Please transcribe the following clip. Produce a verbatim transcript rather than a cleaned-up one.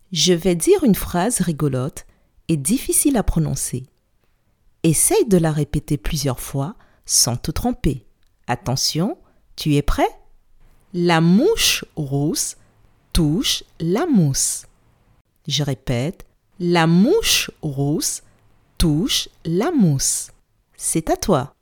Je vais dire une phrase rigolote et difficile à prononcer. Essaye de la répéter plusieurs fois sans te tromper. Attention, tu es prêt? La mouche rousse touche la mousse. Je répète, la mouche rousse touche la mousse. C'est à toi.